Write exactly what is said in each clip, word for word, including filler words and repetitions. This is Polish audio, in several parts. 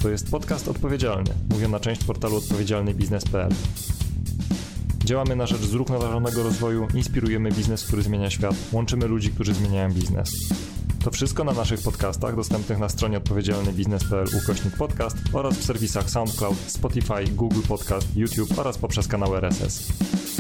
To jest podcast odpowiedzialny, mówiona część portalu odpowiedzialny biznes kropka p l. Działamy na rzecz zrównoważonego rozwoju, inspirujemy biznes, który zmienia świat, łączymy ludzi, którzy zmieniają biznes. To wszystko na naszych podcastach dostępnych na stronie odpowiedzialny biznes kropka p l ukośnik podcast oraz w serwisach SoundCloud, Spotify, Google Podcast, YouTube oraz poprzez kanał R S S.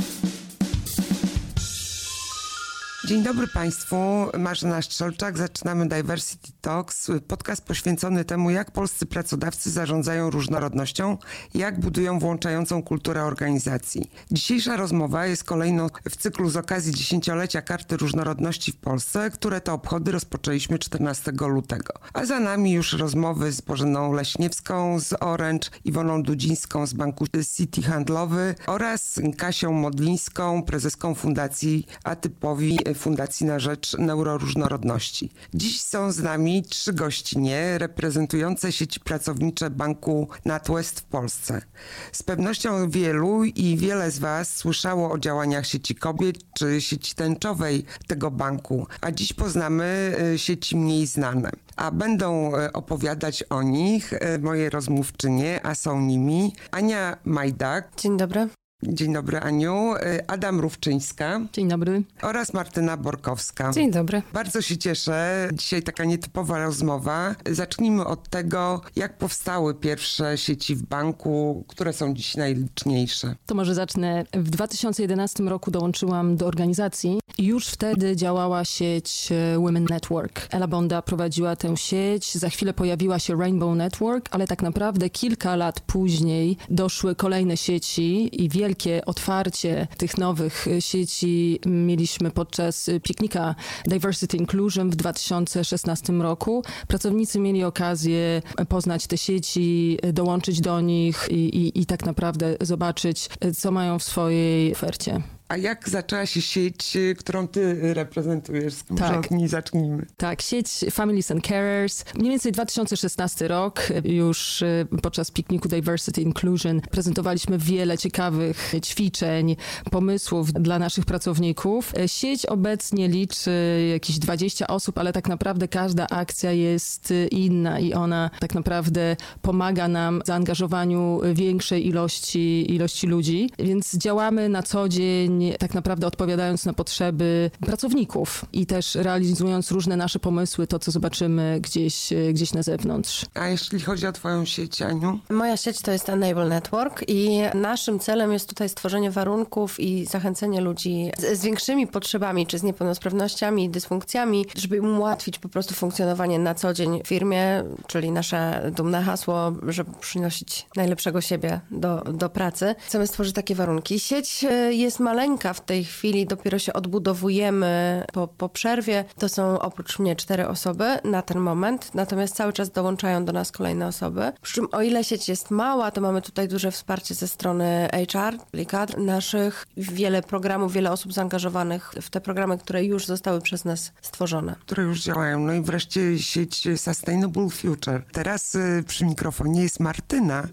Dzień dobry Państwu, Marzena Szczolczak, zaczynamy Diversity Talks, podcast poświęcony temu, jak polscy pracodawcy zarządzają różnorodnością i jak budują włączającą kulturę organizacji. Dzisiejsza rozmowa jest kolejną w cyklu z okazji dziesięciolecia Karty Różnorodności w Polsce, które to obchody rozpoczęliśmy czternastego lutego. A za nami już rozmowy z Bożeną Leśniewską z Orange, Iwoną Dudzińską z Banku City Handlowy oraz Kasią Modlińską, prezeską Fundacji Atypowi, Fundacji na Rzecz Neuroróżnorodności. Dziś są z nami trzy gościnie reprezentujące sieci pracownicze Banku NatWest w Polsce. Z pewnością wielu i wiele z Was słyszało o działaniach sieci kobiet czy sieci tęczowej tego banku, a dziś poznamy sieci mniej znane. A będą opowiadać o nich moje rozmówczynie, a są nimi Ania Majdak. Dzień dobry. Dzień dobry, Aniu. Adam Rówczyńska. Dzień dobry. Oraz Martyna Borkowska. Dzień dobry. Bardzo się cieszę. Dzisiaj taka nietypowa rozmowa. Zacznijmy od tego, jak powstały pierwsze sieci w banku, które są dziś najliczniejsze. To może zacznę. W dwa tysiące jedenastym roku dołączyłam do organizacji i już wtedy działała sieć Women Network. Ela Bonda prowadziła tę sieć, za chwilę pojawiła się Rainbow Network, ale tak naprawdę kilka lat później doszły kolejne sieci i wiele Wielkie otwarcie tych nowych sieci mieliśmy podczas piknika Diversity Inclusion w dwa tysiące szesnastym roku. Pracownicy mieli okazję poznać te sieci, dołączyć do nich i, i, i tak naprawdę zobaczyć, co mają w swojej ofercie. A jak zaczęła się sieć, którą ty reprezentujesz? Z kim tak. Nie zacznijmy. Tak, sieć Families and Carers. Mniej więcej dwa tysiące szesnasty rok, już podczas pikniku Diversity Inclusion prezentowaliśmy wiele ciekawych ćwiczeń, pomysłów dla naszych pracowników. Sieć obecnie liczy jakieś dwadzieścia osób, ale tak naprawdę każda akcja jest inna i ona tak naprawdę pomaga nam w zaangażowaniu większej ilości, ilości ludzi. Więc działamy na co dzień tak naprawdę odpowiadając na potrzeby pracowników i też realizując różne nasze pomysły, to co zobaczymy gdzieś, gdzieś na zewnątrz. A jeśli chodzi o twoją sieć, Aniu? Moja sieć to jest Enable Network i naszym celem jest tutaj stworzenie warunków i zachęcenie ludzi z, z większymi potrzebami, czy z niepełnosprawnościami, dysfunkcjami, żeby im ułatwić po prostu funkcjonowanie na co dzień w firmie, czyli nasze dumne hasło, żeby przynosić najlepszego siebie do, do pracy. Chcemy stworzyć takie warunki. Sieć jest maleńka w tej chwili, dopiero się odbudowujemy po, po przerwie. To są oprócz mnie cztery osoby na ten moment, natomiast cały czas dołączają do nas kolejne osoby. Przy czym o ile sieć jest mała, to mamy tutaj duże wsparcie ze strony H R, czyli kadr naszych, wiele programów, wiele osób zaangażowanych w te programy, które już zostały przez nas stworzone. Które już działają. No i wreszcie sieć Sustainable Future. Teraz y, przy mikrofonie jest Martyna.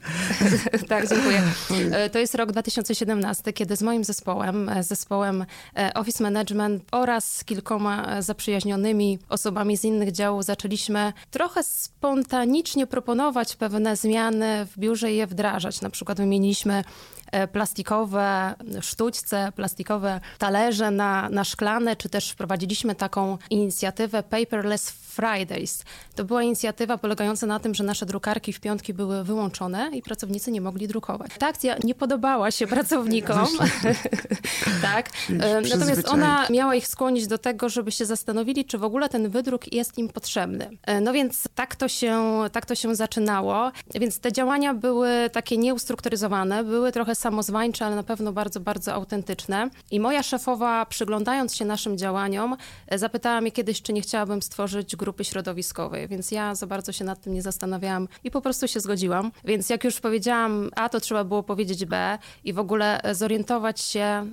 Tak, dziękuję. To jest rok dwa tysiące siedemnasty, kiedy z moim zespołem, zespołem Office Management oraz kilkoma zaprzyjaźnionymi osobami z innych działów zaczęliśmy trochę spontanicznie proponować pewne zmiany w biurze i je wdrażać. Na przykład wymieniliśmy plastikowe sztućce, plastikowe talerze na, na szklane, czy też wprowadziliśmy taką inicjatywę Paperless Fridays. To była inicjatywa polegająca na tym, że nasze drukarki w piątki były wyłączone i pracownicy nie mogli drukować. Ta akcja nie podobała się pracownikom. Tak. Natomiast ona miała ich skłonić do tego, żeby się zastanowili, czy w ogóle ten wydruk jest im potrzebny. No więc tak to się, tak to się zaczynało. Więc te działania były takie nieustrukturyzowane, były trochę samozwańcze, ale na pewno bardzo, bardzo autentyczne. I moja szefowa, przyglądając się naszym działaniom, zapytała mnie kiedyś, czy nie chciałabym stworzyć grupy środowiskowej, więc ja za bardzo się nad tym nie zastanawiałam i po prostu się zgodziłam. Więc jak już powiedziałam A, to trzeba było powiedzieć B i w ogóle zorientować się,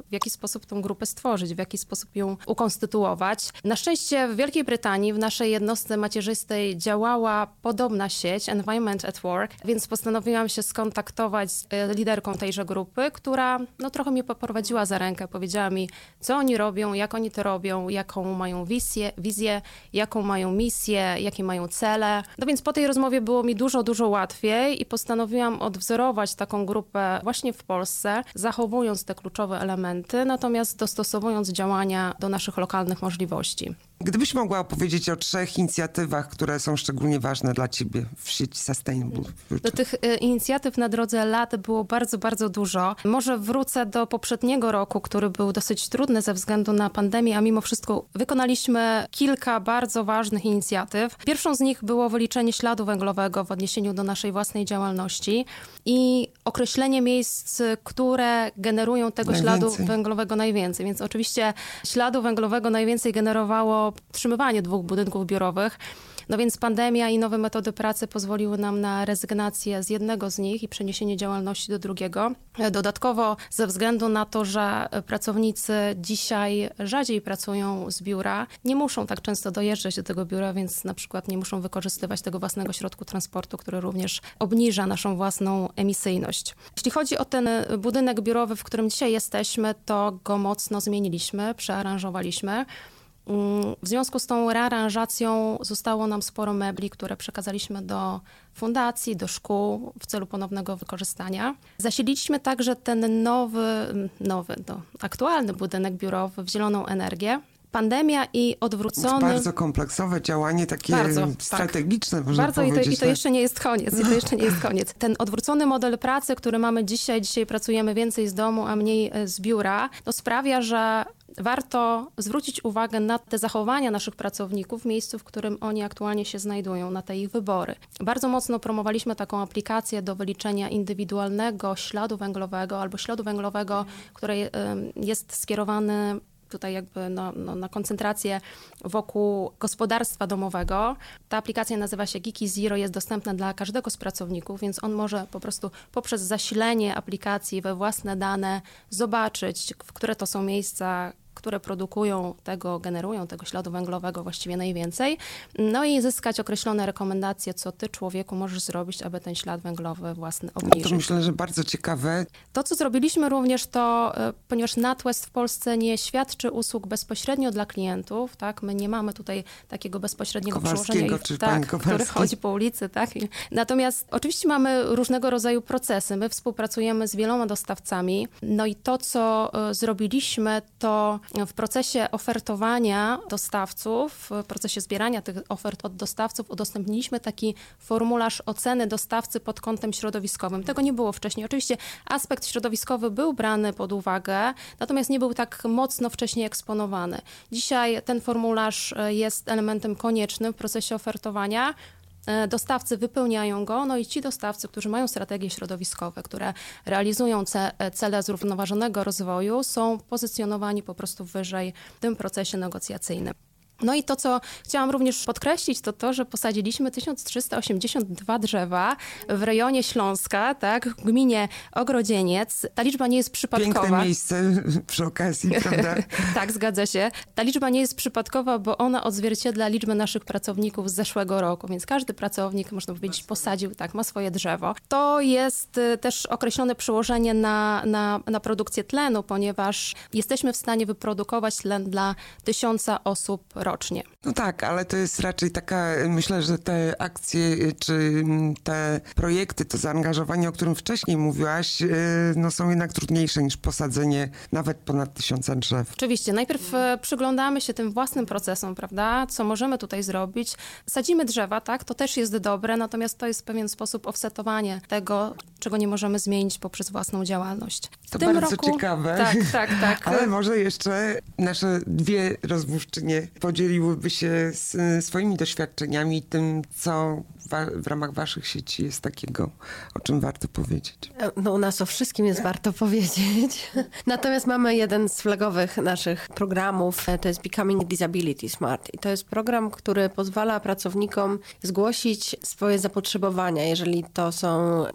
w jaki sposób tą grupę stworzyć, w jaki sposób ją ukonstytuować. Na szczęście w Wielkiej Brytanii w naszej jednostce macierzystej działała podobna sieć Environment at Work, więc postanowiłam się skontaktować z liderką tejże grupy, która no, trochę mnie poprowadziła za rękę, powiedziała mi, co oni robią, jak oni to robią, jaką mają wizję, wizję, jaką mają misję, jakie mają cele. No więc po tej rozmowie było mi dużo, dużo łatwiej i postanowiłam odwzorować taką grupę właśnie w Polsce, zachowując te kluczowe elementy, natomiast dostosowując działania do naszych lokalnych możliwości. Gdybyś mogła opowiedzieć o trzech inicjatywach, które są szczególnie ważne dla ciebie w sieci Sustainable Future. Do tych y, inicjatyw na drodze lat było bardzo, bardzo dużo. Może wrócę do poprzedniego roku, który był dosyć trudny ze względu na pandemię, a mimo wszystko wykonaliśmy kilka bardzo ważnych inicjatyw. Pierwszą z nich było wyliczenie śladu węglowego w odniesieniu do naszej własnej działalności i określenie miejsc, które generują tego najwięcej. śladu węglowego najwięcej. Więc oczywiście śladu węglowego najwięcej generowało utrzymywanie dwóch budynków biurowych. No więc pandemia i nowe metody pracy pozwoliły nam na rezygnację z jednego z nich i przeniesienie działalności do drugiego. Dodatkowo ze względu na to, że pracownicy dzisiaj rzadziej pracują z biura, nie muszą tak często dojeżdżać do tego biura, więc na przykład nie muszą wykorzystywać tego własnego środku transportu, który również obniża naszą własną emisyjność. Jeśli chodzi o ten budynek biurowy, w którym dzisiaj jesteśmy, to go mocno zmieniliśmy, przearanżowaliśmy. W związku z tą rearanżacją zostało nam sporo mebli, które przekazaliśmy do fundacji, do szkół w celu ponownego wykorzystania. Zasililiśmy także ten nowy, nowy, no, aktualny budynek biurowy w zieloną energię. Pandemia i odwrócony... Bardzo kompleksowe działanie, takie bardzo, strategiczne, tak. można Bardzo powiedzieć. I to, i to jeszcze nie jest koniec. I to jeszcze nie jest koniec. Ten odwrócony model pracy, który mamy dzisiaj, dzisiaj pracujemy więcej z domu, a mniej z biura, to sprawia, że warto zwrócić uwagę na te zachowania naszych pracowników w miejscu, w którym oni aktualnie się znajdują, na te ich wybory. Bardzo mocno promowaliśmy taką aplikację do wyliczenia indywidualnego śladu węglowego albo śladu węglowego, który jest skierowany tutaj jakby no, no, na koncentrację wokół gospodarstwa domowego. Ta aplikacja nazywa się Geeky Zero, jest dostępna dla każdego z pracowników, więc on może po prostu poprzez zasilenie aplikacji we własne dane zobaczyć, w które to są miejsca, które produkują tego, generują tego śladu węglowego właściwie najwięcej, no i zyskać określone rekomendacje, co ty, człowieku, możesz zrobić, aby ten ślad węglowy własny obniżyć. No to myślę, że bardzo ciekawe. To, co zrobiliśmy również, to ponieważ NatWest w Polsce nie świadczy usług bezpośrednio dla klientów, tak, my nie mamy tutaj takiego bezpośredniego przełożenia, czy tak, który chodzi po ulicy, tak. Natomiast oczywiście mamy różnego rodzaju procesy. My współpracujemy z wieloma dostawcami, no i to, co zrobiliśmy, to w procesie ofertowania dostawców, w procesie zbierania tych ofert od dostawców udostępniliśmy taki formularz oceny dostawcy pod kątem środowiskowym. Tego nie było wcześniej. Oczywiście aspekt środowiskowy był brany pod uwagę, natomiast nie był tak mocno wcześniej eksponowany. Dzisiaj ten formularz jest elementem koniecznym w procesie ofertowania. Dostawcy wypełniają go, no i ci dostawcy, którzy mają strategie środowiskowe, które realizują ce, cele zrównoważonego rozwoju, są pozycjonowani po prostu wyżej w tym procesie negocjacyjnym. No i to, co chciałam również podkreślić, to to, że posadziliśmy tysiąc trzysta osiemdziesiąt dwa drzewa w rejonie Śląska, tak, w gminie Ogrodzieniec. Ta liczba nie jest przypadkowa. Piękne miejsce przy okazji, prawda? Tak, zgadza się. Ta liczba nie jest przypadkowa, bo ona odzwierciedla liczbę naszych pracowników z zeszłego roku, więc każdy pracownik, można powiedzieć, posadził, tak, ma swoje drzewo. To jest też określone przełożenie na, na, na produkcję tlenu, ponieważ jesteśmy w stanie wyprodukować tlen dla tysiąca osób rocznie. No tak, ale to jest raczej taka, myślę, że te akcje czy te projekty, to zaangażowanie, o którym wcześniej mówiłaś, no są jednak trudniejsze niż posadzenie nawet ponad tysiąca drzew. Oczywiście. Najpierw przyglądamy się tym własnym procesom, prawda? Co możemy tutaj zrobić? Sadzimy drzewa, tak? To też jest dobre, natomiast to jest w pewien sposób offsetowanie tego, czego nie możemy zmienić poprzez własną działalność. W to tym bardzo roku... ciekawe. Tak, tak, tak. Ale może jeszcze nasze dwie rozmówczynie podzieliłyby się z swoimi doświadczeniami, tym, co w ramach waszych sieci jest takiego, o czym warto powiedzieć. No u nas o wszystkim jest warto powiedzieć. Natomiast mamy jeden z flagowych naszych programów, to jest Becoming Disability Smart. I to jest program, który pozwala pracownikom zgłosić swoje zapotrzebowania, jeżeli to są, nie wiem, czy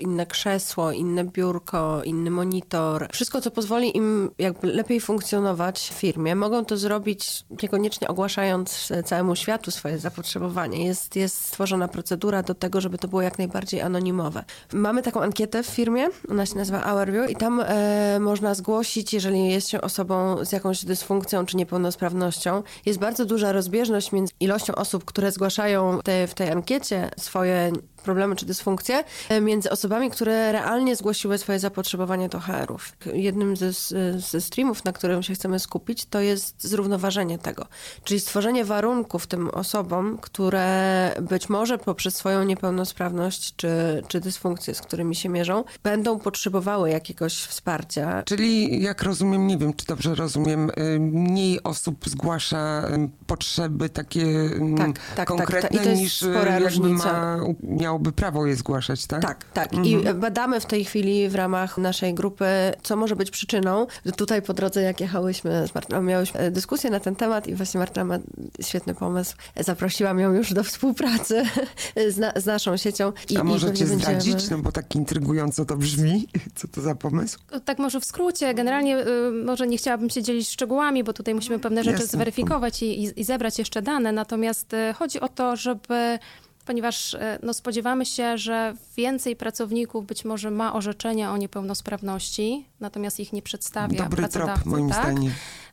inne krzesło, inne biurko, inny monitor. Wszystko, co pozwoli im jakby lepiej funkcjonować w firmie. Mogą to zrobić niekoniecznie ogłaszając całemu światu swoje zapotrzebowanie. Jest, jest stworzona procedura do tego, żeby to było jak najbardziej anonimowe. Mamy taką ankietę w firmie, ona się nazywa Hourview i tam e, można zgłosić, jeżeli jest się osobą z jakąś dysfunkcją czy niepełnosprawnością. Jest bardzo duża rozbieżność między ilością osób, które zgłaszają te, w tej ankiecie swoje problemy czy dysfunkcje, między osobami, które realnie zgłosiły swoje zapotrzebowanie do H R-ów. Jednym ze, ze streamów, na którym się chcemy skupić, to jest zrównoważenie tego. Czyli stworzenie warunków tym osobom, które być może poprzez swoją niepełnosprawność czy, czy dysfunkcje, z którymi się mierzą, będą potrzebowały jakiegoś wsparcia. Czyli jak rozumiem, nie wiem, czy dobrze rozumiem, mniej osób zgłasza potrzeby takie tak, tak, konkretne tak, tak. niż jakby ma, miałoby prawo je zgłaszać, tak? Tak, tak. Mhm. I badamy w tej chwili w ramach naszej grupy, co może być przyczyną. Tutaj po drodze, jak jechałyśmy z Martyną, miałyśmy dyskusję na ten temat i właśnie Martyna ma świetny pomysł. Zaprosiłam ją już do współpracy z, na, z naszą siecią. I, A możecie będziemy... zdradzić? No bo tak intrygująco to brzmi. Co to za pomysł? Tak może w skrócie. Generalnie y, może nie chciałabym się dzielić szczegółami, bo tutaj musimy pewne rzeczy Jasne. zweryfikować i, i, i zebrać jeszcze dane. Natomiast y, chodzi o to, żeby... Ponieważ no, spodziewamy się, że więcej pracowników być może ma orzeczenia o niepełnosprawności, natomiast ich nie przedstawia Dobry pracodawcy. trop, moim tak? zdaniem.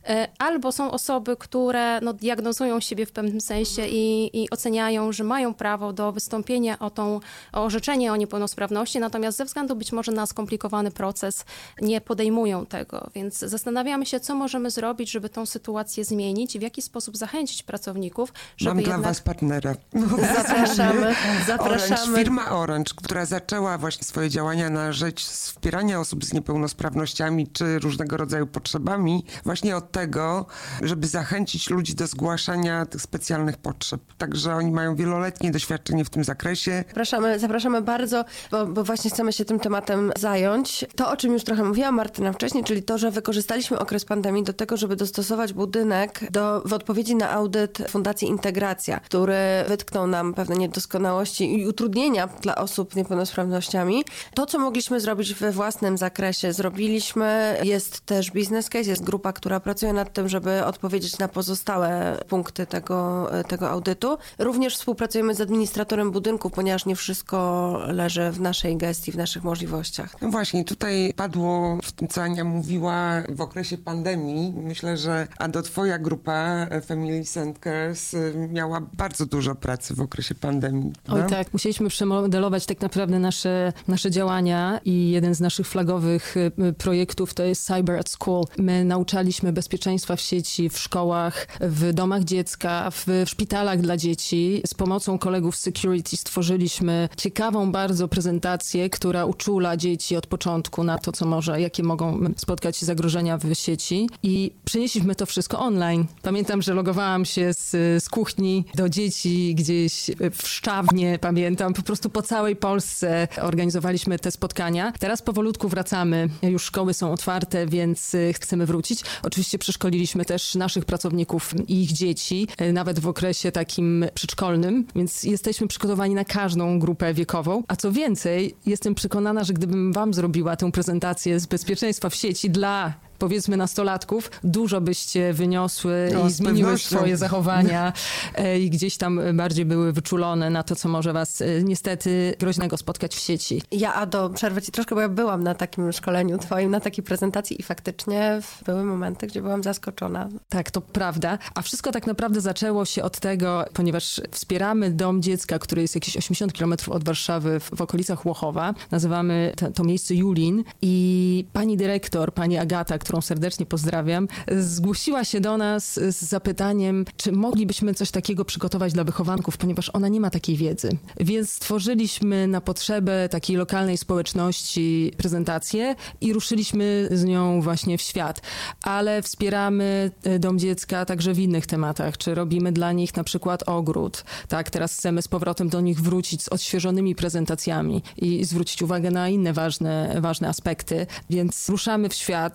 Albo są osoby, które no, diagnozują siebie w pewnym sensie i, i oceniają, że mają prawo do wystąpienia o, tą, o orzeczenie o niepełnosprawności, natomiast ze względu być może na skomplikowany proces nie podejmują tego. Więc zastanawiamy się, co możemy zrobić, żeby tą sytuację zmienić i w jaki sposób zachęcić pracowników, żeby Mam jednak... dla was partnera. No, zapraszamy, zapraszamy. Orange, firma Orange, która zaczęła właśnie swoje działania na rzecz wspierania osób z niepełnosprawnościami czy różnego rodzaju potrzebami, właśnie od tego, żeby zachęcić ludzi do zgłaszania tych specjalnych potrzeb. Także oni mają wieloletnie doświadczenie w tym zakresie. Zapraszamy, zapraszamy bardzo, bo, bo właśnie chcemy się tym tematem zająć. To, o czym już trochę mówiła Martyna wcześniej, czyli to, że wykorzystaliśmy okres pandemii do tego, żeby dostosować budynek do, w odpowiedzi na audyt Fundacji Integracja, który wytknął nam pewne niedoskonałości i utrudnienia dla osób z niepełnosprawnościami. To, co mogliśmy zrobić we własnym zakresie, zrobiliśmy. Jest też business case, jest grupa, która pracuje nad tym, żeby odpowiedzieć na pozostałe punkty tego, tego audytu. Również współpracujemy z administratorem budynku, ponieważ nie wszystko leży w naszej gestii, w naszych możliwościach. No właśnie, tutaj padło w tym, co Ania mówiła w okresie pandemii. Myślę, że Ado, twoja grupa Families and Cares miała bardzo dużo pracy w okresie pandemii. Oj no? tak, musieliśmy przemodelować tak naprawdę nasze, nasze działania i jeden z naszych flagowych projektów to jest Cyber at School. My nauczaliśmy bezpieczeństwa w sieci, w szkołach, w domach dziecka, w, w szpitalach dla dzieci. Z pomocą kolegów z security stworzyliśmy ciekawą bardzo prezentację, która uczula dzieci od początku na to, co może, jakie mogą spotkać się zagrożenia w sieci i przenieśliśmy to wszystko online. Pamiętam, że logowałam się z, z kuchni do dzieci gdzieś w Szczawnie, pamiętam, po prostu po całej Polsce organizowaliśmy te spotkania. Teraz powolutku wracamy, już szkoły są otwarte, więc chcemy wrócić. Oczywiście przeszkoliliśmy też naszych pracowników i ich dzieci, nawet w okresie takim przedszkolnym, więc jesteśmy przygotowani na każdą grupę wiekową. A co więcej, jestem przekonana, że gdybym wam zrobiła tę prezentację z bezpieczeństwa w sieci dla powiedzmy nastolatków, dużo byście wyniosły no, i zmieniły pewnością. swoje zachowania i gdzieś tam bardziej były wyczulone na to, co może was niestety groźnego spotkać w sieci. Ja, Ado, przerwę ci troszkę, bo ja byłam na takim szkoleniu twoim, na takiej prezentacji i faktycznie były momenty, gdzie byłam zaskoczona. Tak, to prawda. A wszystko tak naprawdę zaczęło się od tego, ponieważ wspieramy Dom Dziecka, który jest jakieś osiemdziesiąt kilometrów od Warszawy w, w okolicach Łochowa. Nazywamy to, to miejsce Julin i pani dyrektor, pani Agata, którą serdecznie pozdrawiam, zgłosiła się do nas z zapytaniem, czy moglibyśmy coś takiego przygotować dla wychowanków, ponieważ ona nie ma takiej wiedzy. Więc stworzyliśmy na potrzebę takiej lokalnej społeczności prezentację i ruszyliśmy z nią właśnie w świat. Ale wspieramy Dom Dziecka także w innych tematach, czy robimy dla nich na przykład ogród. Tak, teraz chcemy z powrotem do nich wrócić z odświeżonymi prezentacjami i zwrócić uwagę na inne ważne, ważne aspekty. Więc ruszamy w świat, bardzo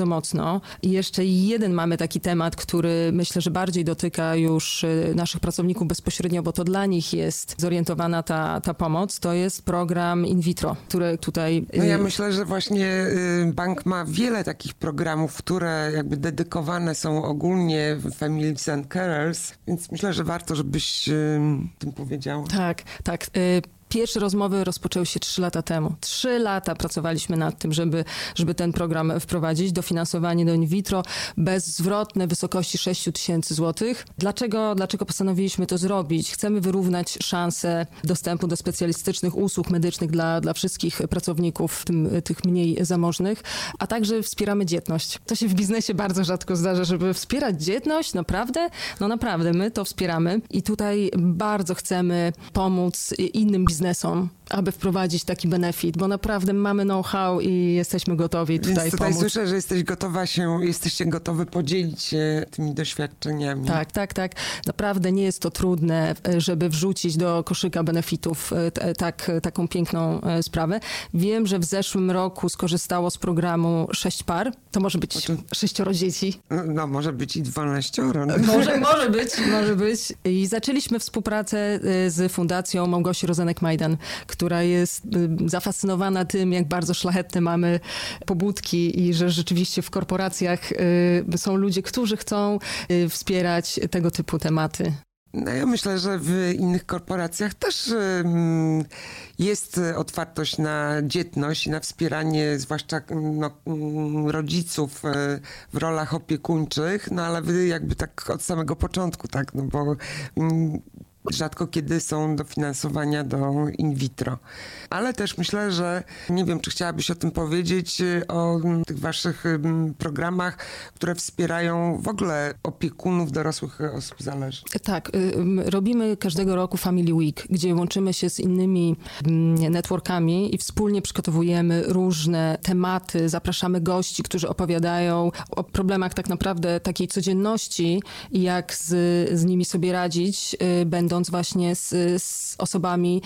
mocno. I jeszcze jeden mamy taki temat, który myślę, że bardziej dotyka już naszych pracowników bezpośrednio, bo to dla nich jest zorientowana ta, ta pomoc. To jest program in vitro, który tutaj... No ja myślę, że właśnie bank ma wiele takich programów, które jakby dedykowane są ogólnie families and carers, więc myślę, że warto, żebyś tym powiedziała. Tak, tak. Pierwsze rozmowy rozpoczęły się trzy lata temu. Trzy lata pracowaliśmy nad tym, żeby, żeby ten program wprowadzić. Dofinansowanie do in vitro bezzwrotne w wysokości sześć tysięcy złotych. Dlaczego, dlaczego postanowiliśmy to zrobić? Chcemy wyrównać szanse dostępu do specjalistycznych usług medycznych dla, dla wszystkich pracowników, tym, tych mniej zamożnych, a także wspieramy dzietność. To się w biznesie bardzo rzadko zdarza, żeby wspierać dzietność. Naprawdę? No naprawdę, my to wspieramy i tutaj bardzo chcemy pomóc innym biznesom, biznesom, aby wprowadzić taki benefit, bo naprawdę mamy know-how i jesteśmy gotowi tutaj Więc tutaj pomóc. Słyszę, że jesteś gotowa się, jesteście gotowy podzielić się tymi doświadczeniami. Tak, tak, tak. Naprawdę nie jest to trudne, żeby wrzucić do koszyka benefitów tak, taką piękną sprawę. Wiem, że w zeszłym roku skorzystało z programu sześć par. To może być czym... sześcioro dzieci. No, no może być i dwanaścioro. No. Może, może być, może być. I zaczęliśmy współpracę z Fundacją Małgosi Rozenek-Majdan, która jest zafascynowana tym, jak bardzo szlachetne mamy pobudki i że rzeczywiście w korporacjach są ludzie, którzy chcą wspierać tego typu tematy. No ja myślę, że w innych korporacjach też jest otwartość na dzietność i na wspieranie zwłaszcza no, rodziców w rolach opiekuńczych, no ale wy jakby tak od samego początku, tak, no bo rzadko kiedy są dofinansowania do in vitro. Ale też myślę, że nie wiem, czy chciałabyś o tym powiedzieć, o tych waszych programach, które wspierają w ogóle opiekunów dorosłych osób zależnych. Tak, robimy każdego roku Family Week, gdzie łączymy się z innymi networkami i wspólnie przygotowujemy różne tematy, zapraszamy gości, którzy opowiadają o problemach tak naprawdę takiej codzienności i jak z, z nimi sobie radzić, będąc właśnie z, z osobami,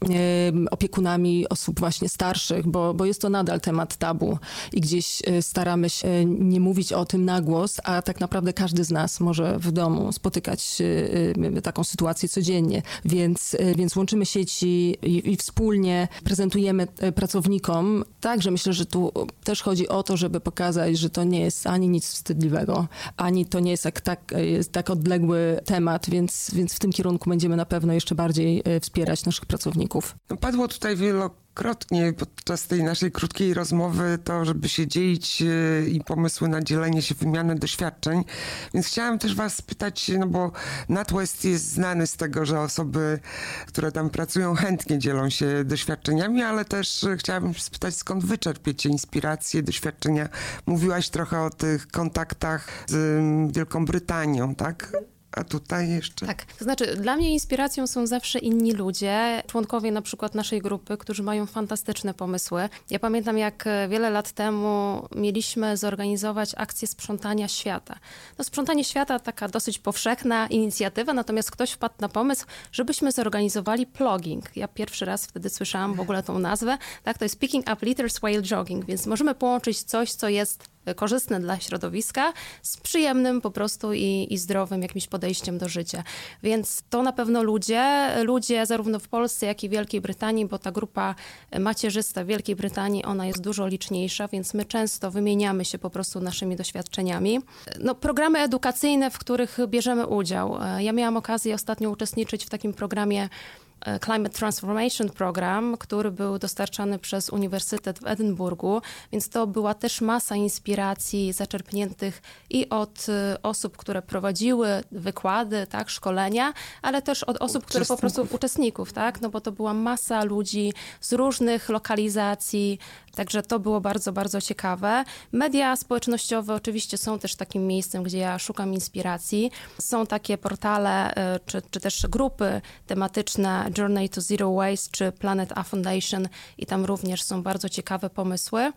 e, opiekunami osób właśnie starszych, bo, bo jest to nadal temat tabu i gdzieś staramy się nie mówić o tym na głos, a tak naprawdę każdy z nas może w domu spotykać e, taką sytuację codziennie, więc, e, więc łączymy sieci i, i wspólnie prezentujemy pracownikom. Także myślę, że tu też chodzi o to, żeby pokazać, że to nie jest ani nic wstydliwego, ani to nie jest tak, tak, jest tak odległy temat, więc, więc w tym kierunku będziemy na pewno jeszcze bardziej wspierać naszych pracowników. No, padło tutaj wielokrotnie podczas tej naszej krótkiej rozmowy to, żeby się dzielić i pomysły na dzielenie się, wymianę doświadczeń. Więc chciałam też was spytać, no bo NatWest jest znany z tego, że osoby, które tam pracują, chętnie dzielą się doświadczeniami, ale też chciałabym spytać, skąd wy czerpiecie inspiracje, doświadczenia. Mówiłaś trochę o tych kontaktach z Wielką Brytanią, tak? A tutaj jeszcze? Tak, to znaczy dla mnie inspiracją są zawsze inni ludzie, członkowie na przykład naszej grupy, którzy mają fantastyczne pomysły. Ja pamiętam, jak wiele lat temu mieliśmy zorganizować akcję sprzątania świata. No sprzątanie świata taka dosyć powszechna inicjatywa, natomiast ktoś wpadł na pomysł, żebyśmy zorganizowali plogging. Ja pierwszy raz wtedy słyszałam w ogóle tą nazwę. Tak, to jest picking up litters while jogging, więc możemy połączyć coś, co jest korzystne dla środowiska z przyjemnym po prostu i, i zdrowym jakimś podejściem do życia. Więc to na pewno ludzie, ludzie zarówno w Polsce, jak i Wielkiej Brytanii, bo ta grupa macierzysta w Wielkiej Brytanii, ona jest dużo liczniejsza, więc my często wymieniamy się po prostu naszymi doświadczeniami. No, programy edukacyjne, w których bierzemy udział. Ja miałam okazję ostatnio uczestniczyć w takim programie Climate Transformation Program, który był dostarczany przez Uniwersytet w Edynburgu, więc to była też masa inspiracji zaczerpniętych i od osób, które prowadziły wykłady, tak, szkolenia, ale też od osób, które po prostu uczestników, tak, no bo to była masa ludzi z różnych lokalizacji, także to było bardzo, bardzo ciekawe. Media społecznościowe oczywiście są też takim miejscem, gdzie ja szukam inspiracji. Są takie portale, czy, czy też grupy tematyczne Journey to Zero Waste czy Planet A Foundation i tam również są bardzo ciekawe pomysły.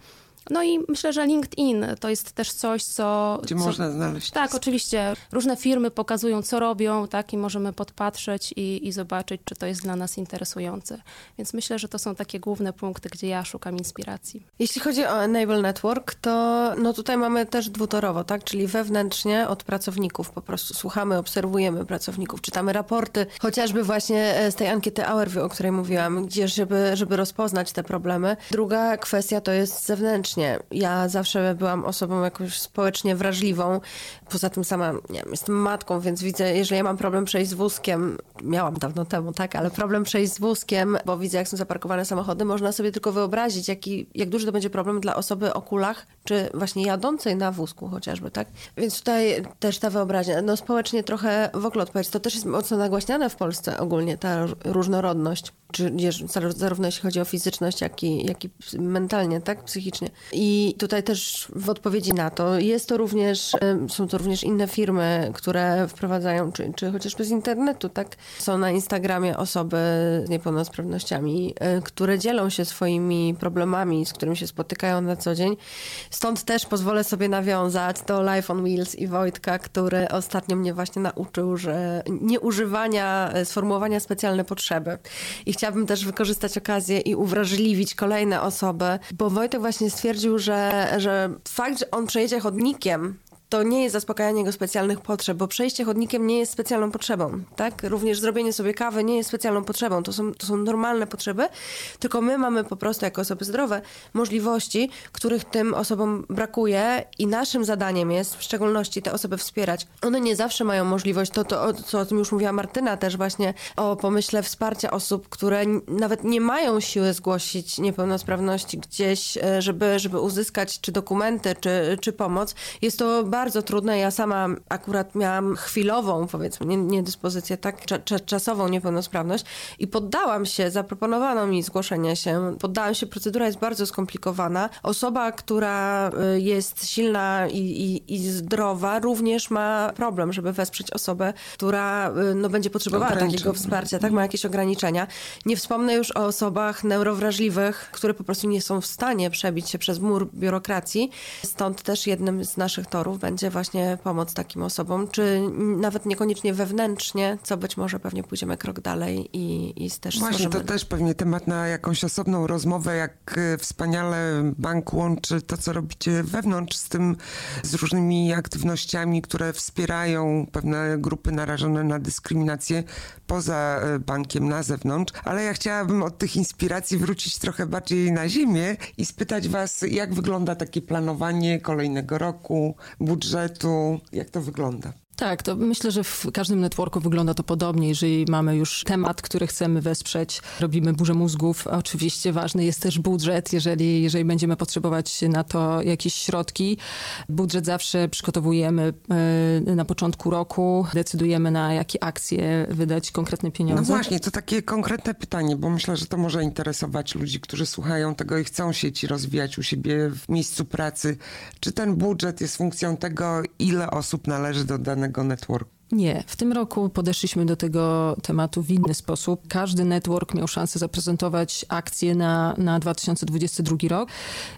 No i myślę, że LinkedIn to jest też coś, co... Gdzie co, można znaleźć. Tak, oczywiście. Różne firmy pokazują, co robią, tak, i możemy podpatrzeć i, i zobaczyć, czy to jest dla nas interesujące. Więc myślę, że to są takie główne punkty, gdzie ja szukam inspiracji. Jeśli chodzi o Enable Network, to no tutaj mamy też dwutorowo, tak? Czyli wewnętrznie od pracowników po prostu słuchamy, obserwujemy pracowników, czytamy raporty, chociażby właśnie z tej ankiety Hourview, o której mówiłam, gdzie żeby, żeby rozpoznać te problemy. Druga kwestia to jest zewnętrznie. Ja zawsze byłam osobą jakoś społecznie wrażliwą. Poza tym sama, nie wiem, jestem matką, więc widzę, jeżeli ja mam problem przejść z wózkiem, miałam dawno temu, tak, ale problem przejść z wózkiem, bo widzę, jak są zaparkowane samochody, można sobie tylko wyobrazić, jaki, jak duży to będzie problem dla osoby o kulach, czy właśnie jadącej na wózku chociażby, tak? Więc tutaj też ta wyobraźnia. No społecznie trochę w ogóle odpowiedź. To też jest mocno nagłaśniane w Polsce ogólnie, ta różnorodność. Czy zarówno jeśli chodzi o fizyczność, jak i, jak i mentalnie, tak, psychicznie. I tutaj też w odpowiedzi na to jest to również, są to również inne firmy, które wprowadzają, czy, czy chociażby z internetu, tak, są na Instagramie osoby z niepełnosprawnościami, które dzielą się swoimi problemami, z którymi się spotykają na co dzień. Stąd też pozwolę sobie nawiązać do Life on Wheels i Wojtka, który ostatnio mnie właśnie nauczył, że nie używania sformułowania specjalne potrzeby. I chciałabym też wykorzystać okazję i uwrażliwić kolejne osoby, bo Wojtek właśnie stwierdził, że, że fakt, że on przejedzie chodnikiem, to nie jest zaspokajanie jego specjalnych potrzeb, bo przejście chodnikiem nie jest specjalną potrzebą, tak? Również zrobienie sobie kawy nie jest specjalną potrzebą, to są, to są normalne potrzeby, tylko my mamy po prostu jako osoby zdrowe możliwości, których tym osobom brakuje i naszym zadaniem jest w szczególności te osoby wspierać. One nie zawsze mają możliwość, to, to co o tym już mówiła Martyna też właśnie, o pomyśle wsparcia osób, które nawet nie mają siły zgłosić niepełnosprawności gdzieś, żeby, żeby uzyskać czy dokumenty, czy, czy pomoc. Jest to bardzo trudne. Ja sama akurat miałam chwilową, powiedzmy, nie, niedyspozycję, tak, cza, cza, czasową niepełnosprawność i poddałam się, zaproponowano mi zgłoszenie się, poddałam się, procedura jest bardzo skomplikowana. Osoba, która jest silna i, i, i zdrowa, również ma problem, żeby wesprzeć osobę, która no, będzie potrzebowała takiego wsparcia, tak, ma jakieś ograniczenia. Nie wspomnę już o osobach neurowrażliwych, które po prostu nie są w stanie przebić się przez mur biurokracji. Stąd też jednym z naszych torów będzie właśnie pomoc takim osobom, czy nawet niekoniecznie wewnętrznie, co być może pewnie pójdziemy krok dalej i, i też Właśnie, stworzymy... to też pewnie temat na jakąś osobną rozmowę, jak wspaniale bank łączy to, co robicie wewnątrz z tym, z różnymi aktywnościami, które wspierają pewne grupy narażone na dyskryminację poza bankiem, na zewnątrz. Ale ja chciałabym od tych inspiracji wrócić trochę bardziej na ziemię i spytać was, jak wygląda takie planowanie kolejnego roku, budżetu, jak to wygląda? Tak, to myślę, że w każdym networku wygląda to podobnie. Jeżeli mamy już temat, który chcemy wesprzeć, robimy burzę mózgów. Oczywiście ważny jest też budżet, jeżeli, jeżeli będziemy potrzebować na to jakieś środki. Budżet zawsze przygotowujemy na początku roku, decydujemy na jakie akcje wydać konkretne pieniądze. No właśnie, to takie konkretne pytanie, bo myślę, że to może interesować ludzi, którzy słuchają tego i chcą sieci rozwijać u siebie w miejscu pracy. Czy ten budżet jest funkcją tego, ile osób należy do danego networku? Nie. W tym roku podeszliśmy do tego tematu w inny sposób. Każdy network miał szansę zaprezentować akcje na, na dwa tysiące dwudziesty drugi rok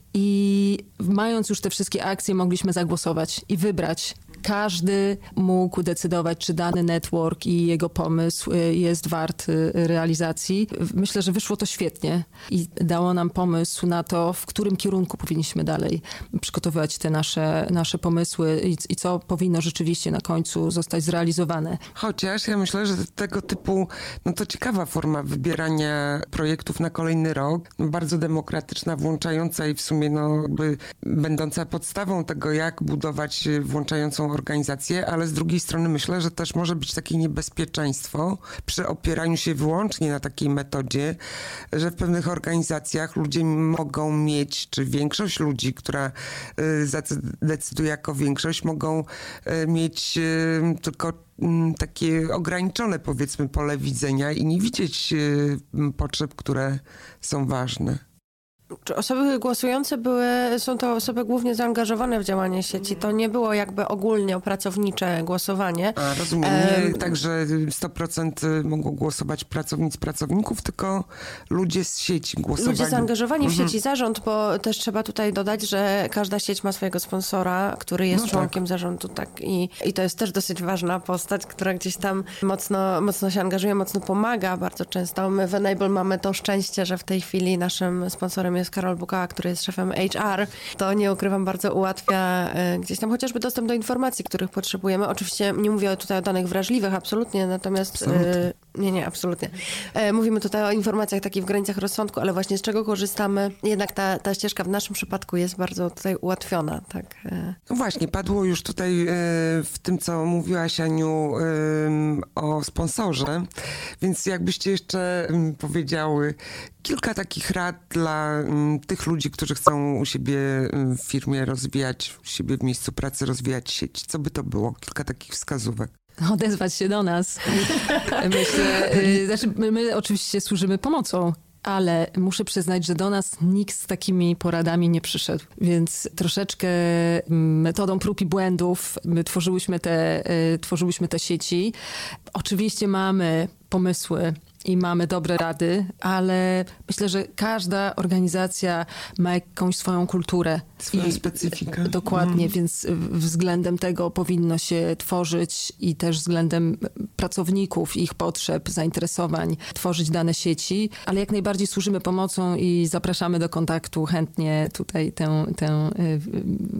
i mając już te wszystkie akcje, mogliśmy zagłosować i wybrać. Każdy mógł decydować, czy dany network i jego pomysł jest wart realizacji. Myślę, że wyszło to świetnie i dało nam pomysł na to, w którym kierunku powinniśmy dalej przygotowywać te nasze, nasze pomysły i, i co powinno rzeczywiście na końcu zostać zrealizowane. Chociaż ja myślę, że tego typu, no to ciekawa forma wybierania projektów na kolejny rok, no bardzo demokratyczna, włączająca i w sumie no jakby będąca podstawą tego, jak budować włączającą organizację, ale z drugiej strony myślę, że też może być takie niebezpieczeństwo przy opieraniu się wyłącznie na takiej metodzie, że w pewnych organizacjach ludzie mogą mieć, czy większość ludzi, która zdecyduje jako większość, mogą mieć tylko takie ograniczone, powiedzmy, pole widzenia i nie widzieć potrzeb, które są ważne. Osoby głosujące były, są to osoby głównie zaangażowane w działanie sieci. To nie było jakby ogólnie pracownicze głosowanie. A, rozumiem. Nie um, tak, że sto procent mogło głosować pracownic, pracowników, tylko ludzie z sieci głosowali. Ludzie zaangażowani w mhm. sieci zarząd, bo też trzeba tutaj dodać, że każda sieć ma swojego sponsora, który jest no członkiem tak. zarządu. Tak. I, I to jest też dosyć ważna postać, która gdzieś tam mocno, mocno się angażuje, mocno pomaga bardzo często. My w Enable mamy to szczęście, że w tej chwili naszym sponsorem jest Karol Bukała, który jest szefem H R. To nie ukrywam, bardzo ułatwia y, gdzieś tam chociażby dostęp do informacji, których potrzebujemy. Oczywiście nie mówię tutaj o danych wrażliwych, absolutnie, natomiast... Y, nie, nie, absolutnie. Y, mówimy tutaj o informacjach takich w granicach rozsądku, ale właśnie z czego korzystamy? Jednak ta, ta ścieżka w naszym przypadku jest bardzo tutaj ułatwiona. Tak. Y. No właśnie, padło już tutaj y, w tym, co mówiłaś, Aniu, y, o sponsorze, więc jakbyście jeszcze y, powiedziały kilka takich rad dla y, tych ludzi, którzy chcą u siebie w firmie rozwijać, u siebie w miejscu pracy rozwijać sieć. Co by to było? Kilka takich wskazówek. Odezwać się do nas. Myślę, y, znaczy my, my oczywiście służymy pomocą, ale muszę przyznać, że do nas nikt z takimi poradami nie przyszedł. Więc troszeczkę metodą prób i błędów my tworzyłyśmy te, y, tworzyłyśmy te sieci. Oczywiście mamy pomysły i mamy dobre rady, ale myślę, że każda organizacja ma jakąś swoją kulturę. Swoją i specyfikę. Dokładnie, mm. więc względem tego powinno się tworzyć i też względem pracowników, ich potrzeb, zainteresowań, tworzyć dane sieci, ale jak najbardziej służymy pomocą i zapraszamy do kontaktu. Chętnie tutaj tę, tę y, y,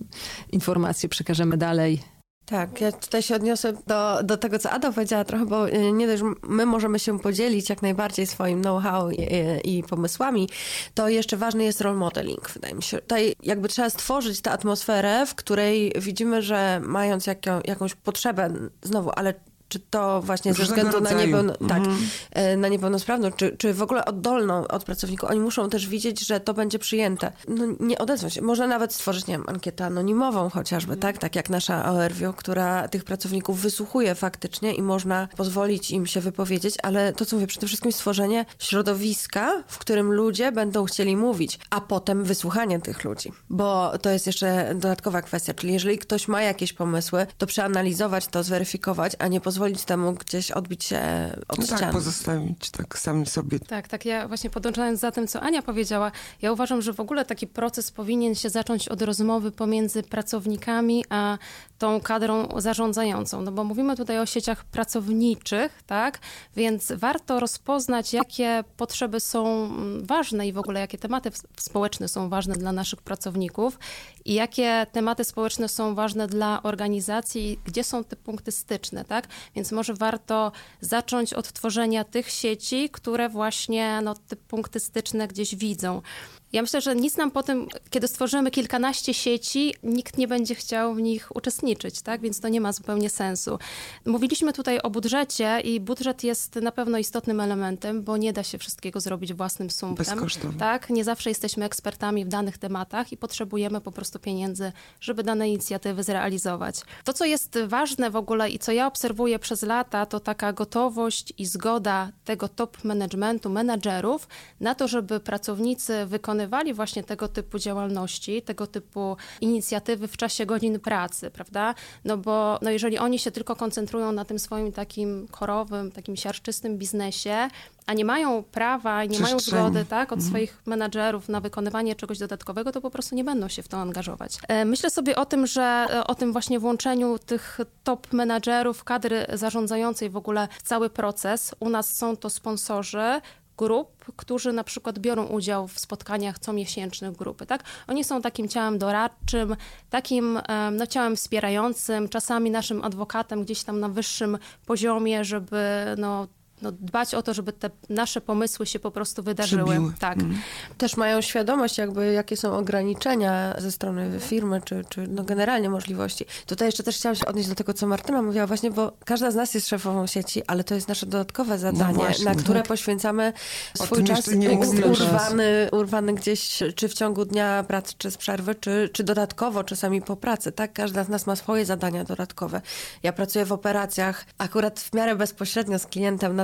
informację przekażemy dalej. Tak, ja tutaj się odniosę do, do tego, co Ada powiedziała trochę, bo nie dość, że my możemy się podzielić jak najbardziej swoim know-how i, i pomysłami, to jeszcze ważny jest role modeling, wydaje mi się. Tutaj jakby trzeba stworzyć tę atmosferę, w której widzimy, że mając jaką, jakąś potrzebę, znowu, ale czy to właśnie ze względu na, niepełno, tak, mm-hmm. na niepełnosprawność, czy, czy w ogóle oddolną od pracowników, oni muszą też widzieć, że to będzie przyjęte. No nie odezwą się. Można nawet stworzyć, nie wiem, ankietę anonimową chociażby, mm. tak? Tak jak nasza O R W I O, która tych pracowników wysłuchuje faktycznie i można pozwolić im się wypowiedzieć, ale to, co mówię, przede wszystkim stworzenie środowiska, w którym ludzie będą chcieli mówić, a potem wysłuchanie tych ludzi. Bo to jest jeszcze dodatkowa kwestia, czyli jeżeli ktoś ma jakieś pomysły, to przeanalizować to, zweryfikować, a nie pozwolić pozwolić temu gdzieś odbić się od no ściany. Tak, pozostawić tak samym sobie. Tak, tak. Ja właśnie podążając za tym, co Ania powiedziała, ja uważam, że w ogóle taki proces powinien się zacząć od rozmowy pomiędzy pracownikami a tą kadrą zarządzającą. No bo mówimy tutaj o sieciach pracowniczych, tak? Więc warto rozpoznać, jakie potrzeby są ważne i w ogóle jakie tematy społeczne są ważne dla naszych pracowników i jakie tematy społeczne są ważne dla organizacji, gdzie są te punkty styczne, tak? Więc może warto zacząć od tworzenia tych sieci, które właśnie no, te punkty styczne gdzieś widzą. Ja myślę, że nic nam po tym, kiedy stworzymy kilkanaście sieci, nikt nie będzie chciał w nich uczestniczyć, tak? Więc to nie ma zupełnie sensu. Mówiliśmy tutaj o budżecie i budżet jest na pewno istotnym elementem, bo nie da się wszystkiego zrobić własnym sumptem. Bezkosztowo. Tak? Nie zawsze jesteśmy ekspertami w danych tematach i potrzebujemy po prostu pieniędzy, żeby dane inicjatywy zrealizować. To, co jest ważne w ogóle i co ja obserwuję przez lata, to taka gotowość i zgoda tego top managementu, menadżerów na to, żeby pracownicy wykonywali właśnie tego typu działalności, tego typu inicjatywy w czasie godzin pracy, prawda? No bo no jeżeli oni się tylko koncentrują na tym swoim takim korowym, takim siarczystym biznesie, a nie mają prawa, nie mają zgody tak, od swoich menadżerów na wykonywanie czegoś dodatkowego, to po prostu nie będą się w to angażować. Myślę sobie o tym, że o tym właśnie włączeniu tych top menadżerów, kadry zarządzającej w ogóle w cały proces. U nas są to sponsorzy grup, którzy na przykład biorą udział w spotkaniach comiesięcznych grupy, tak? Oni są takim ciałem doradczym, takim no, ciałem wspierającym, czasami naszym adwokatem gdzieś tam na wyższym poziomie, żeby no, no, dbać o to, żeby te nasze pomysły się po prostu wydarzyły. Przebiły. Tak. Mm. Też mają świadomość jakby, jakie są ograniczenia ze strony firmy, czy, czy no generalnie możliwości. Tutaj jeszcze też chciałam się odnieść do tego, co Martyna mówiła właśnie, bo każda z nas jest szefową sieci, ale to jest nasze dodatkowe zadanie, no właśnie, na które tak. poświęcamy O swój tym czas jeszcze nie mówimy urwany, urwany gdzieś, czy w ciągu dnia pracy, czy z przerwy, czy, czy dodatkowo, czasami po pracy, tak? Każda z nas ma swoje zadania dodatkowe. Ja pracuję w operacjach, akurat w miarę bezpośrednio z klientem na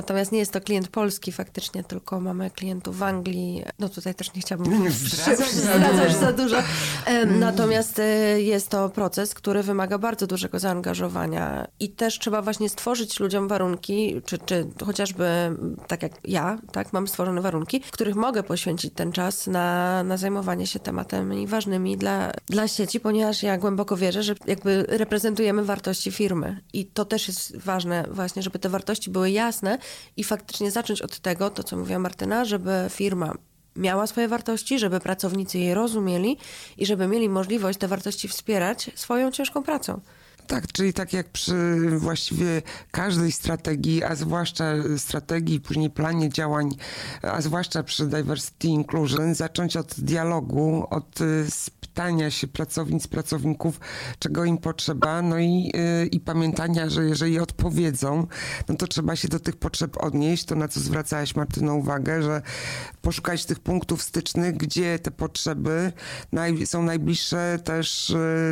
natomiast nie jest to klient polski faktycznie, tylko mamy klientów w Anglii. No tutaj też nie chciałabym zdradzać za dużo. Natomiast jest to proces, który wymaga bardzo dużego zaangażowania i też trzeba właśnie stworzyć ludziom warunki, czy, czy chociażby tak jak ja, tak, mam stworzone warunki, w których mogę poświęcić ten czas na, na zajmowanie się tematami ważnymi dla, dla sieci, ponieważ ja głęboko wierzę, że jakby reprezentujemy wartości firmy i to też jest ważne właśnie, żeby te wartości były jasne i faktycznie zacząć od tego, to co mówiła Martyna, żeby firma miała swoje wartości, żeby pracownicy je rozumieli i żeby mieli możliwość te wartości wspierać swoją ciężką pracą. Tak, czyli tak jak przy właściwie każdej strategii, a zwłaszcza strategii, później planie działań, a zwłaszcza przy diversity inclusion, zacząć od dialogu, od pytania się pracownic, pracowników, czego im potrzeba, no i, i pamiętania, że jeżeli odpowiedzą, no to trzeba się do tych potrzeb odnieść, to na co zwracałaś, Martyno, uwagę, że poszukać tych punktów stycznych, gdzie te potrzeby naj, są najbliższe też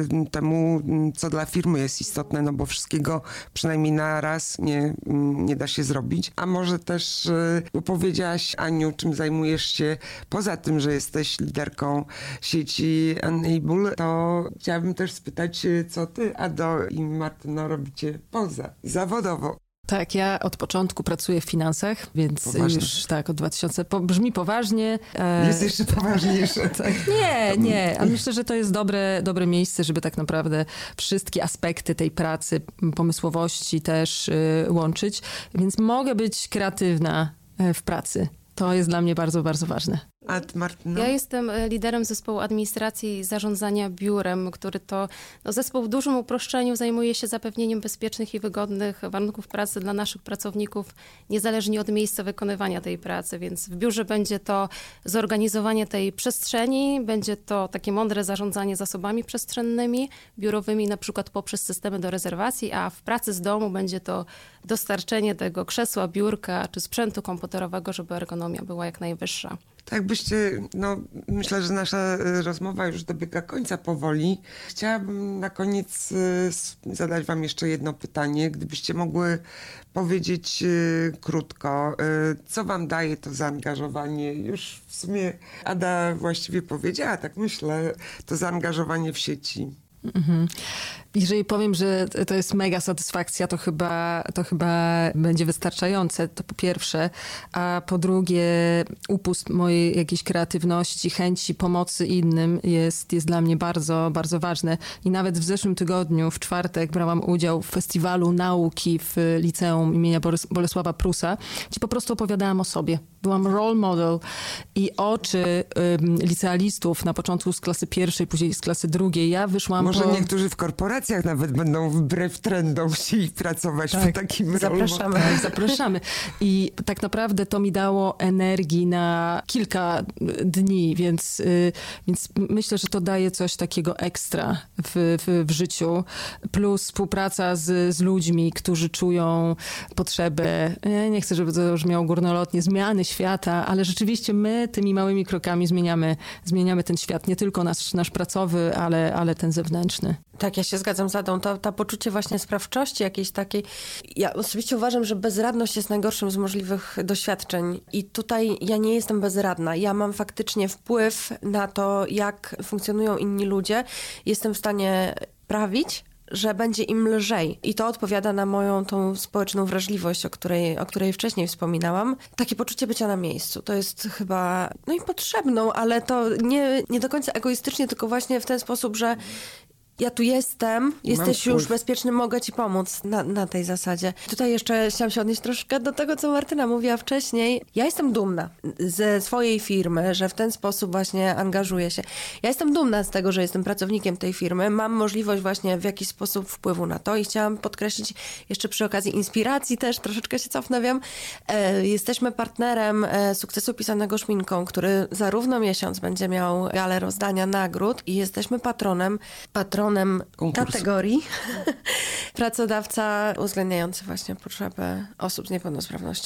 temu, co dla firmy jest istotne, no bo wszystkiego przynajmniej na raz nie, nie da się zrobić. A może też, bo powiedziałaś, Aniu, czym zajmujesz się poza tym, że jesteś liderką sieci Enable, to chciałabym też spytać, co ty, Ado i Martyno, robicie poza zawodowo. Tak, ja od początku pracuję w finansach, więc poważnie. Już tak, od dwa tysiące, po, brzmi poważnie. E, jest jeszcze poważniejsze. Tak. Nie, nie, a myślę, że to jest dobre, dobre miejsce, żeby tak naprawdę wszystkie aspekty tej pracy, pomysłowości też y, łączyć, więc mogę być kreatywna w pracy. To jest dla mnie bardzo, bardzo ważne. A ty, Martyno? Ja jestem liderem zespołu administracji i zarządzania biurem, który to no, zespół w dużym uproszczeniu zajmuje się zapewnieniem bezpiecznych i wygodnych warunków pracy dla naszych pracowników, niezależnie od miejsca wykonywania tej pracy. Więc w biurze będzie to zorganizowanie tej przestrzeni, będzie to takie mądre zarządzanie zasobami przestrzennymi, biurowymi, na przykład poprzez systemy do rezerwacji, a w pracy z domu będzie to dostarczenie tego krzesła, biurka czy sprzętu komputerowego, żeby ergonomia była jak najwyższa. Tak byście, no myślę, że nasza rozmowa już dobiega końca powoli. Chciałabym na koniec zadać wam jeszcze jedno pytanie. Gdybyście mogły powiedzieć krótko, co wam daje to zaangażowanie? Już w sumie Ada właściwie powiedziała, tak myślę, to zaangażowanie w sieci. Mhm. Jeżeli powiem, że to jest mega satysfakcja, to chyba, to chyba będzie wystarczające, to po pierwsze. A po drugie, upust mojej jakiejś kreatywności, chęci pomocy innym jest, jest dla mnie bardzo, bardzo ważne. I nawet w zeszłym tygodniu, w czwartek, brałam udział w festiwalu nauki w liceum imienia Bolesława Prusa, gdzie po prostu opowiadałam o sobie. Byłam role model i oczy um, licealistów na początku z klasy pierwszej, później z klasy drugiej. Ja wyszłam Może po... niektórzy w korporacjach nawet będą wbrew trendom chcieli pracować tak, w takim zapraszamy. Tak, zapraszamy. I tak naprawdę to mi dało energii na kilka dni, więc, więc myślę, że to daje coś takiego ekstra w, w, w życiu. Plus współpraca z, z ludźmi, którzy czują potrzebę, ja nie chcę, żeby to brzmiało górnolotnie, zmiany świata, ale rzeczywiście my tymi małymi krokami zmieniamy, zmieniamy ten świat. Nie tylko nasz, nasz pracowy, ale, ale ten zewnętrzny. Tak, ja się zgadzam z Adą. To, to poczucie właśnie sprawczości jakiejś takiej. Ja osobiście uważam, że bezradność jest najgorszym z możliwych doświadczeń. I tutaj ja nie jestem bezradna. Ja mam faktycznie wpływ na to, jak funkcjonują inni ludzie. Jestem w stanie sprawić, że będzie im lżej. I to odpowiada na moją tą społeczną wrażliwość, o której, o której wcześniej wspominałam. Takie poczucie bycia na miejscu. To jest chyba, no i potrzebną, ale to nie, nie do końca egoistycznie, tylko właśnie w ten sposób, że ja tu jestem, jesteś już bezpieczny, mogę ci pomóc na, na tej zasadzie. Tutaj jeszcze chciałam się odnieść troszkę do tego, co Martyna mówiła wcześniej. Ja jestem dumna ze swojej firmy, że w ten sposób właśnie angażuję się. Ja jestem dumna z tego, że jestem pracownikiem tej firmy. Mam możliwość właśnie w jakiś sposób wpływu na to i chciałam podkreślić jeszcze przy okazji inspiracji też, troszeczkę się cofnę, wiem. E, jesteśmy partnerem e, sukcesu pisanego szminką, który za równo miesiąc będzie miał galę rozdania nagród i jesteśmy patronem, patronem Konkurs. kategorii pracodawca uwzględniający właśnie potrzeby osób z niepełnosprawnościami.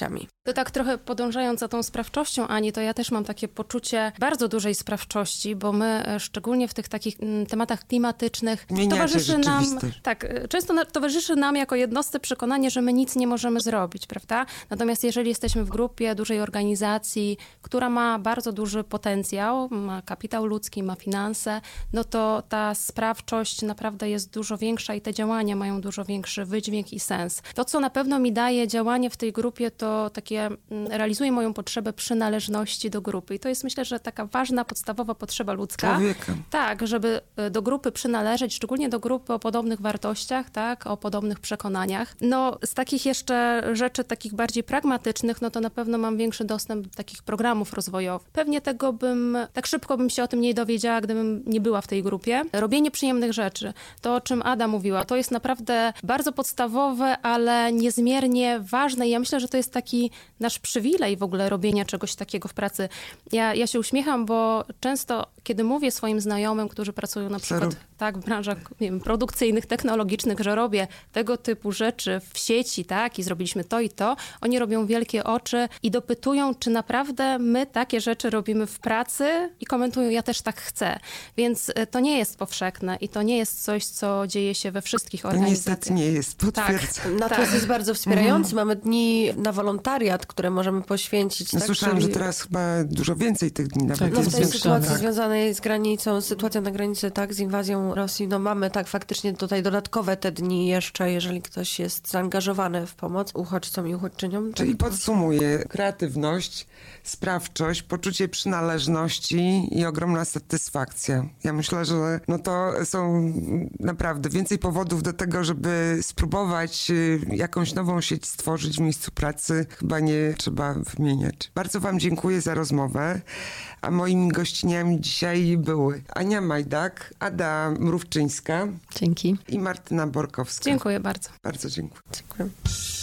To tak trochę podążając za tą sprawczością, Ani, to ja też mam takie poczucie bardzo dużej sprawczości, bo my szczególnie w tych takich tematach klimatycznych Zmieniacie towarzyszy nam, rzeczywistość. tak, często na, towarzyszy nam jako jednostce przekonanie, że my nic nie możemy zrobić, prawda? Natomiast jeżeli jesteśmy w grupie dużej organizacji, która ma bardzo duży potencjał, ma kapitał ludzki, ma finanse, no to ta sprawczość naprawdę jest dużo większa i te działania mają dużo większy wydźwięk i sens. To, co na pewno mi daje działanie w tej grupie, to takie realizuje moją potrzebę przynależności do grupy. I to jest, myślę, że taka ważna, podstawowa potrzeba ludzka. Człowieka. Tak, żeby do grupy przynależeć, szczególnie do grupy o podobnych wartościach, tak, o podobnych przekonaniach. No, z takich jeszcze rzeczy, takich bardziej pragmatycznych, no to na pewno mam większy dostęp do takich programów rozwojowych. Pewnie tego bym, tak szybko bym się o tym nie dowiedziała, gdybym nie była w tej grupie. Robienie przyjemnych rzeczy, to o czym Ada mówiła, to jest naprawdę bardzo podstawowe, ale niezmiernie ważne i ja myślę, że to jest taki nasz przywilej w ogóle robienia czegoś takiego w pracy. Ja, ja się uśmiecham, bo często, kiedy mówię swoim znajomym, którzy pracują na przykład tak, w branżach nie wiem, produkcyjnych, technologicznych, że robię tego typu rzeczy w sieci, tak, i zrobiliśmy to i to, oni robią wielkie oczy i dopytują, czy naprawdę my takie rzeczy robimy w pracy i komentują, ja też tak chcę. Więc to nie jest powszechne i to nie jest coś, co dzieje się we wszystkich To organizacjach. niestety nie jest, potwierdzam. Tak, Natomiast tak. jest bardzo wspierający. Mamy dni na wolontariat, które możemy poświęcić. No, tak, słyszałam, czyli- że teraz chyba dużo więcej tych dni nawet Tak, No w jest tej zwiększone. sytuacji zwiększona. związanej z granicą, sytuacja na granicy, tak, z inwazją Rosji, no mamy tak faktycznie tutaj dodatkowe te dni jeszcze, jeżeli ktoś jest zaangażowany w pomoc uchodźcom i uchodźczyniom. Czyli tak, to- podsumuję, kreatywność, sprawczość, poczucie przynależności i ogromna satysfakcja. Ja myślę, że no to są naprawdę więcej powodów do tego, żeby spróbować y, jakąś nową sieć stworzyć w miejscu pracy. Chyba nie trzeba wymieniać. Bardzo wam dziękuję za rozmowę, a moimi gościniami dzisiaj były Ania Majdak, Ada Mrówczyńska Dzięki. i Martyna Borkowska. Dziękuję bardzo. Bardzo dziękuję. Dziękuję.